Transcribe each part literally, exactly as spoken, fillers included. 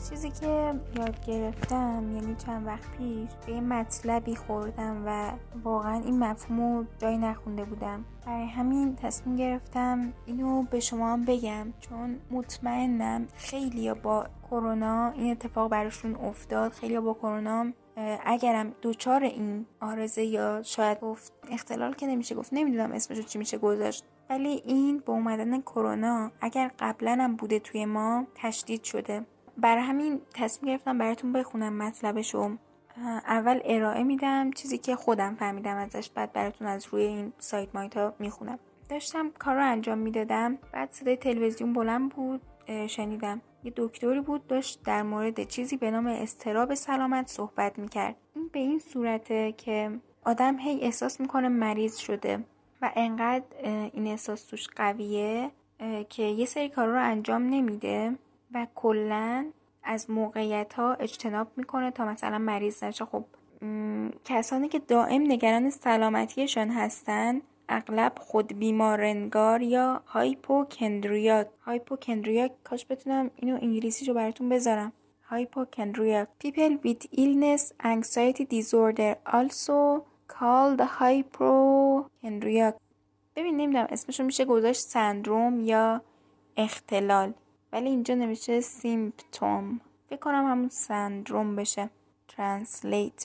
چیزی که یاد گرفتم یعنی چند وقت پیش به یه مطلبی خوردم و واقعا این مفهومو جایی نخونده بودم، برای همین تصمیم گرفتم اینو به شما هم بگم، چون مطمئنم خیلیا با کرونا این اتفاق براشون افتاد. خیلیا با کرونا اگرم دوچار این آرزه یا شاید گفت اختلال که نمیشه گفت، نمیدونم اسمشو چی میشه گذاشت، ولی این با اومدن کرونا اگر قبلا هم بوده توی ما تشدید شده. برای همین تصمیم گرفتم براتون بخونم مطلبشو. اول ارائه میدم چیزی که خودم فهمیدم ازش، بعد براتون از روی این سایت مایتا میخونم. داشتم کار رو انجام میدادم، بعد صدای تلویزیون بلند بود، شنیدم یه دکتری بود داشت در مورد چیزی به نام اضطراب سلامت صحبت میکرد. این به این صورته که آدم هی احساس میکنه مریض شده و انقدر این احساس توش قویه که یه سری کار رو انجام نمیده و کلن از موقعیت ها اجتناب میکنه تا مثلا مریض نشه. خب کسانی که دائم نگران سلامتیشان هستن اغلب خود بیمارنگار یا هایپوکندریاک هایپوکندریاک کاش بتونم اینو انگلیسیشو براتون بذارم. هایپوکندریاک people with illness anxiety disorder also called hypochondriac. ببین نمیدونم اسمشو میشه گذاشت سندروم یا اختلال، ولی اینجا نمیشه سیمپتوم، فکر کنم همون سندروم بشه. Translate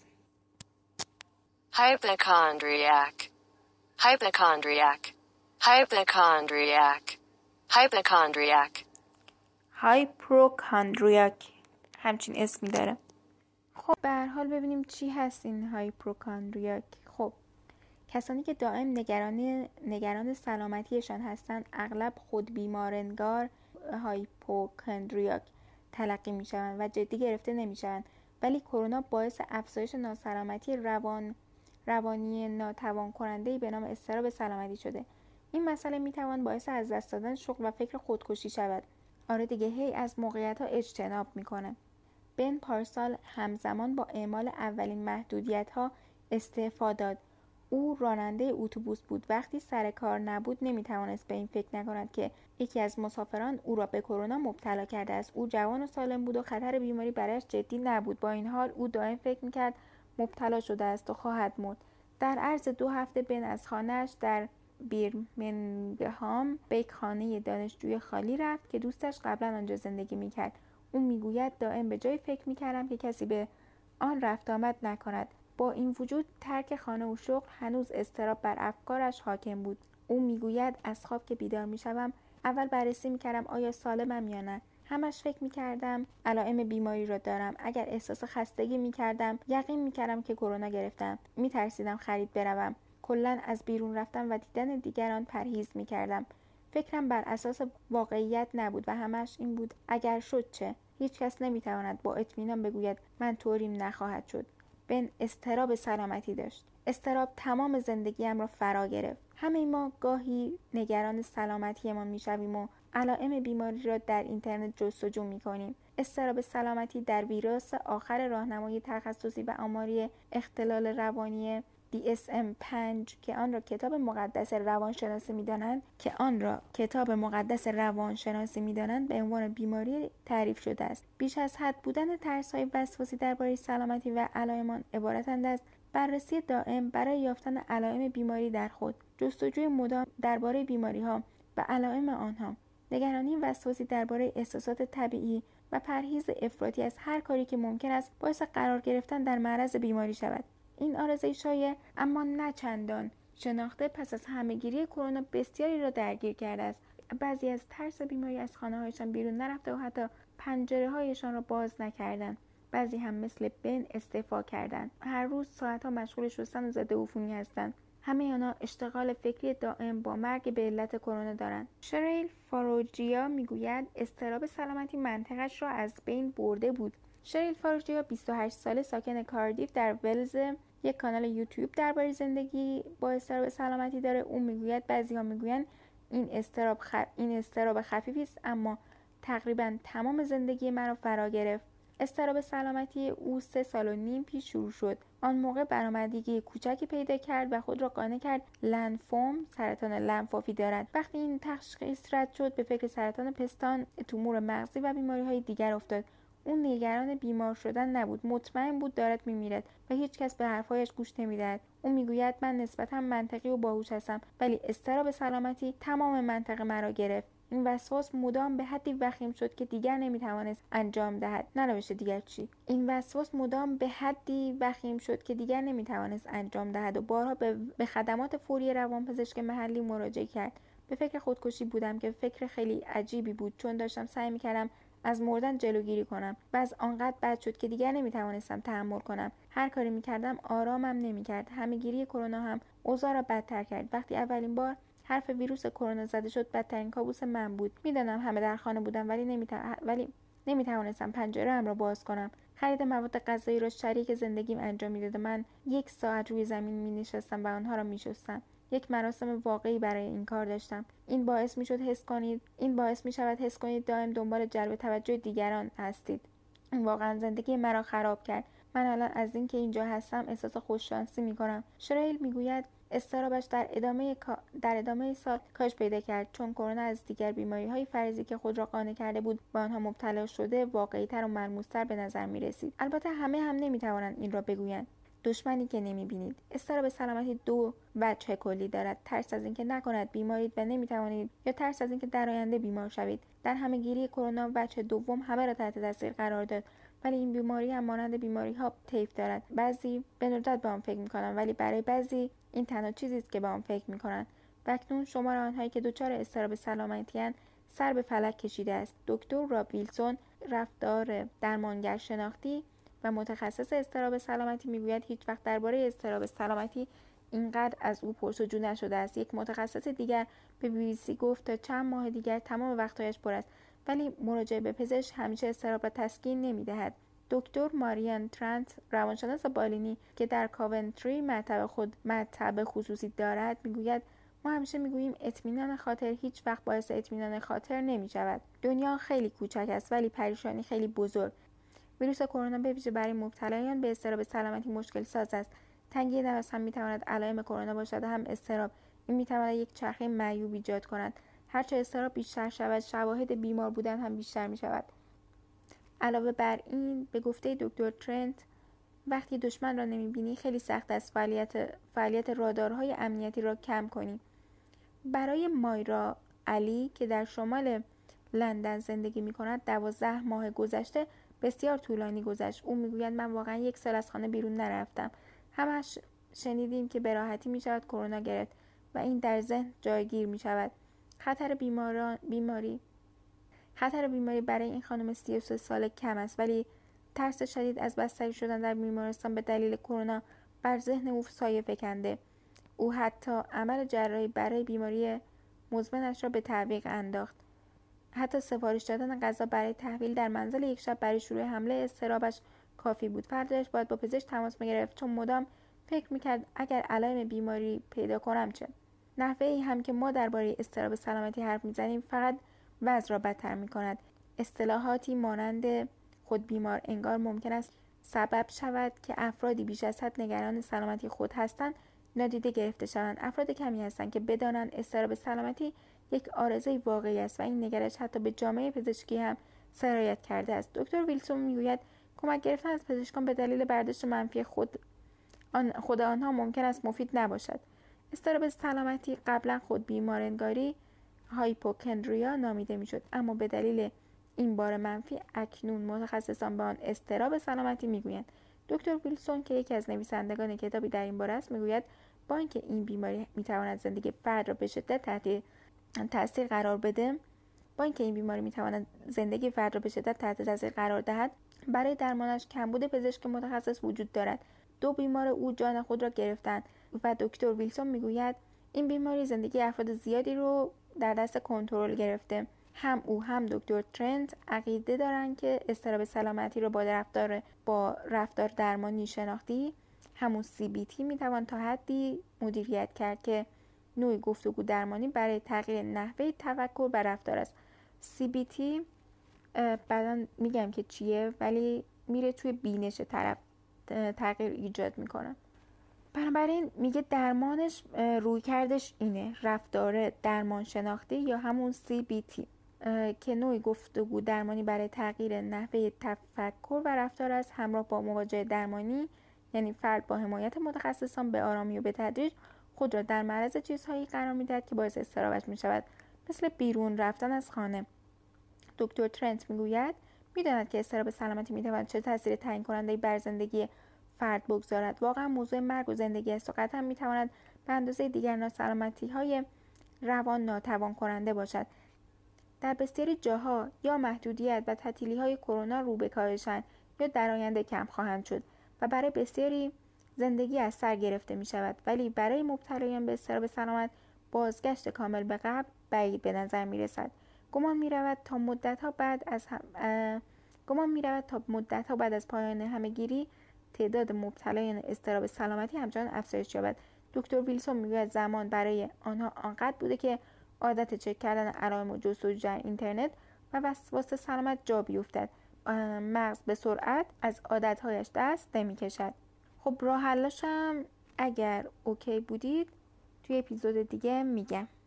Hypochondriac Hypochondriac Hypochondriac Hypochondriac هایپوکندریاک همچین اسمی داره. خب به هر حال ببینیم چی هست این هایپوکندریاک. خب کسانی که دائم نگران نگران سلامتیشان هستند اغلب خود بیمارنگار هایپوکندریاک تلقی میشوند و جدی گرفته نمیشوند، ولی کرونا باعث افزایش ناسلامتی روان روانی ناتوان کننده‌ای به نام اضطراب سلامتی شده. این مسئله میتوان باعث از دست دادن شغل و فکر خودکشی شود. آره دیگه، هی از موقعیت‌ها اجتناب میکنه. بن پارسال همزمان با اعمال اولین محدودیت‌ها استعفا داد. او راننده اتوبوس بود. وقتی سر کار نبود نمیتوانست به این فکر نکند که یکی از مسافران او را به کرونا مبتلا کرده است. او جوان و سالم بود و خطر بیماری برایش جدی نبود. با این حال او دائم فکر میکرد مبتلا شده است و خواهد مرد. در عرض دو هفته بن از خانه‌اش در بیرمنگهام به یک خانه دانشجوی خالی رفت که دوستش قبلا آنجا زندگی میکرد. او میگوید دائم به جای فکر میکردم که کسی به آن رفت آمد نکند. با این وجود ترک خانه و شغل هنوز اضطراب بر افکارش حاکم بود. او میگوید از خواب که بیدار میشوم اول بررسی میکردم آیا سالمم یا نه. همش فکر میکردم علائم بیماری را دارم. اگر احساس خستگی میکردم یقین میکردم که کرونا گرفتم. میترسیدم خرید بروم. کلاً از بیرون رفتن و دیدن دیگران پرهیز میکردم. فکرم بر اساس واقعیت نبود و همش این بود اگر شد چه؟ هیچ کس نمیتواند با اطمینان بگوید من طوریم نخواهد شد. بن اضطراب سلامتی داشت. اضطراب تمام زندگیم را فرا گرفت. همه ما گاهی نگران سلامتیمان میشویم و علائم بیماری را در اینترنت جستجو میکنیم. اضطراب سلامتی در ویراس آخر راهنمای تخصصی و آماری اختلال روانی دی اس ام پنج که آن را کتاب مقدس روانشناسی می‌دانند که آن را کتاب مقدس روانشناسی می‌دانند به عنوان بیماری تعریف شده است. بیش از حد بودن ترس‌های وسواسی درباره سلامتی و علائم عبارتند از بررسی دائم برای یافتن علائم بیماری در خود، جستجوی مدام درباره بیماری‌ها و علائم آنها، نگرانی وسواسی درباره احساسات طبیعی و پرهیز افراطی از هر کاری که ممکن است باعث قرار گرفتن در معرض بیماری شود. این آرزه شایع اما نه چندان شناخته پس از همهگیری کرونا بسیاری را درگیر کرده است. بعضی از ترس بیماری از خانه‌هایشان بیرون نرفته و حتی پنجره‌هایشان را باز نکردند. بعضی هم مثل بن استعفا کردند. هر روز ساعت‌ها مشغول شستن و ضد عفونی هستند. همه آنها اشتغال فکری دائم با مرگ به علت کرونا دارند. شریل فاروجیا میگوید اضطراب سلامتی منطقش را از بین برده بود. شریل فاروجیا بیست و هشت ساله ساکن کاردیف در ولز یک کانال یوتیوب درباره زندگی با اضطراب سلامتی داره. او میگوید بعضی‌ها میگویند این اضطراب خ... این اضطراب خفیفی است اما تقریبا تمام زندگی مرا فرا گرفت. اضطراب سلامتی او سه سال و نیم پیش شروع شد. آن موقع برآمدگی کوچکی پیدا کرد و خود را قانع کرد لنفوم سرطان لنفاوی دارد. وقتی این تشخیص رد شد به فکر سرطان پستان، تومور مغزی و بیماری‌های دیگر افتاد. اون نگران بیمار شدن نبود، مطمئن بود دارد میمیرد و هیچ کس به حرفایش گوش نمیدهد. او میگوید من نسبتا منطقی و باهوش هستم، ولی اضطراب سلامتی تمام منطق مرا گرفت. این وسواس مدام به حدی وخیم شد که دیگر نمیتوانست انجام دهد. نروش دیگر چی؟ این وسواس مدام به حدی وخیم شد که دیگر نمیتوانست انجام دهد و بارها به, به خدمات فوری روانپزشک محلی مراجعه کرد. به فکر خودکشی بودم که فکر خیلی عجیبی بود، چون داشتم سعی میکردم از مردن جلوگیری کنم و از آنقدر بد شد که دیگر نمیتوانستم تحمل کنم. هر کاری میکردم آرامم نمیکرد. همهگیری کرونا هم اوضاع را بدتر کرد. وقتی اولین بار حرف ویروس کرونا زده شد، بدترین کابوس من بود. میدانم همه در خانه بودم، ولی نمیتو... ولی نمیتوانستم پنجره‌ام را باز کنم. خرید مواد غذایی را شریک زندگیم انجام میداد. من یک ساعت روی زمین مینشستم و آنها را میشستم. یک مراسم واقعی برای این کار داشتم. این باعث میشد حس کنید این باعث میشود حس کنید دائم دنبال جلب توجه دیگران هستید. این واقعا زندگی مرا خراب کرد. من الان از اینکه اینجا هستم احساس خوششانسی میکنم. شرایل میگوید اضطرابش در ادامه در ادامه سال کاهش پیدا کرد، چون کرونا از دیگر بیماری‌های فرضی که خود را قانع کرده بود به آنها مبتلا شده واقعی‌تر و ملموس‌تر به نظر می‌رسید. البته همه هم نمی‌توانند این را بگویند. دشمنی که نمی‌بینید. اضطراب سلامتی دو وجه کلی دارد: ترس از اینکه نکند بیمارید و نمی‌توانید، یا ترس از اینکه در آینده بیمار شوید. در همهگیری کرونا وجه دوم همه را تحت تاثیر قرار داد، ولی این بیماری هم مانند بیماری‌ها طیف دارد. بعضی به ندرت به آن فکر می‌کنند، ولی برای بعضی این تنها چیزی است که به آن فکر می‌کنند. و اکنون شمار آنهایی که دچار اضطراب سلامتی‌اند سر به فلک کشیده است. دکتر راب ویلسون، رفتار درمانگر شناختی و متخصص اضطراب سلامتی، میگوید هیچ وقت درباره اضطراب سلامتی اینقدر از او پرسجو نشده است. یک متخصص دیگر به بی بی سی گفت تا چند ماه دیگر تمام وقتهایش پر است، ولی مراجعه به پزشک همیشه اضطراب را تسکین نمی‌دهد. دکتر ماریان ترنت، روانشناس بالینی که در کاونتری مطب خود مطب خصوصی دارد، میگوید ما همیشه میگوییم اطمینان خاطر هیچ وقت باعث اطمینان خاطر نمی شود. دنیا خیلی کوچک است ولی پریشانی خیلی بزرگ. ویروس کرونا به ویژه برای مبتلایان به اضطراب سلامتی مشکل ساز است. تنگی نفس هم میتواند علائم کرونا باشد، هم اضطراب. این میتواند یک چرخه معیوب ایجاد کند. هرچه اضطراب بیشتر شود، شواهد بیمار بودن هم بیشتر می شود. علاوه بر این، به گفته دکتر ترنت، وقتی دشمن را نمیبینی خیلی سخت است فعالیت فعالیت رادارهای امنیتی را کم کنی. برای مایرا علی که در شمال لندن زندگی میکند، دوازده ماه گذشته بسیار طولانی گذشت. او میگوید من واقعا یک سال از خانه بیرون نرفتم. همش شنیدیم که به راحتی میشود کرونا گرفت و این در ذهن جایگیر میشود. خطر بیماران بیماری خطر بیماری برای این خانم سی و سه ساله کم است، ولی ترس شدید از بستری شدن در بیمارستان به دلیل کرونا بر ذهن او سایه فکنده. او حتی عمل جراحی برای بیماری مزمنش را به تعویق انداخت. حتی سفارش دادن غذا برای تحویل در منزل یک شب برای شروع حمله اضطرابش کافی بود. فرداش باید با پزشک تماس می‌گرفت، چون مدام فکر می‌کرد اگر علائم بیماری پیدا کنم چه؟ نحوه‌ای هم که ما درباره اضطراب سلامتی حرف می‌زنیم فقط وضع را بدتر می‌کند. اصطلاحاتی مانند خود بیمار انگار ممکن است سبب شود که افرادی بیش از حد نگران سلامتی خود هستند نادیده گرفته شوند. افراد کمی هستند که بدانند اضطراب سلامتی یک عارضه واقعی است و این نگرش حتی به جامعه پزشکی هم سرایت کرده است. دکتر ویلسون میگوید کمک گرفتن از پزشکان به دلیل برداشت منفی خود آن خود آنها ممکن است مفید نباشد. اضطراب سلامتی قبلا خود بیمارنگاری هایپوکندریا نامیده میشد، اما به دلیل این بار منفی اکنون متخصصان به آن اضطراب سلامتی میگویند. دکتر ویلسون که یکی از نویسندگان کتابی در این باره است میگوید با اینکه این بیماری میتواند زندگی فرد را به شدت تحت تاثیر قرار بده با اینکه این بیماری میتواند زندگی فرد را به شدت تحت تاثیر قرار دهد، برای درمانش کمبود پزشک متخصص وجود دارد. دو بیمار او جان خود را گرفتند و دکتر ویلسون میگوید این بیماری زندگی افراد زیادی رو در دست کنترل گرفته. هم او هم دکتر ترنت عقیده دارند که اضطراب سلامتی رو با رفتار با رفتار درمانی شناختی همون سی بی تی میتوان تا حدی مدیریت کرد که نوعی گفتگو درمانی برای تغییر نحوه تفکر و رفتار است. سی بی تی بعداً میگم که چیه، ولی میره توی بینش طرف تغییر ایجاد میکنه. بنابراین میگه درمانش روی کردش اینه، رفتار درمان شناختی یا همون سی بی تی. که نوعی گفتگو درمانی برای تغییر نحوه تفکر و رفتار است، همراه با مواجهه درمانی، یعنی فرد با حمایت متخصصان به آرامی و به تدریج خود را در معرض چیزهایی قرار می‌دهد که باعث اضطرابش می‌شود، مثل بیرون رفتن از خانه. دکتر ترنت میگوید می‌داند که اضطراب سلامتی می‌تواند چه تأثیر تعیین کننده‌ای بر زندگی فرد بگذارد. واقعا موضوع مرگ و زندگی است و قطعا می‌تواند به اندازه دیگر ناسلامتی‌های روان ناتوان کننده باشد. در بسیاری جاها یا محدودیت و تعطیلی‌های کرونا رو به کاهشند یا در آینده کم خواهند شد و برای بسیاری زندگی از سر گرفته می شود، ولی برای مبتلایان به اضطراب سلامت بازگشت کامل به قبل بعید به نظر می رسد. گمان می رود تا مدت‌ها بعد از هم... گمان می رود تا مدت‌ها بعد از پایان همه‌گیری تعداد مبتلایان اضطراب سلامتی همچنان افزایش یابد. دکتر ویلسون میگوید زمان برای آنها آنقدر بوده که عادت چک کردن علائم و جستجو در اینترنت و وسواس سلامت جا بیفتد. مغز به سرعت از عادتهایش دست نمی کشد. خب راه حلاشم اگر اوکی بودید توی اپیزود دیگه میگم.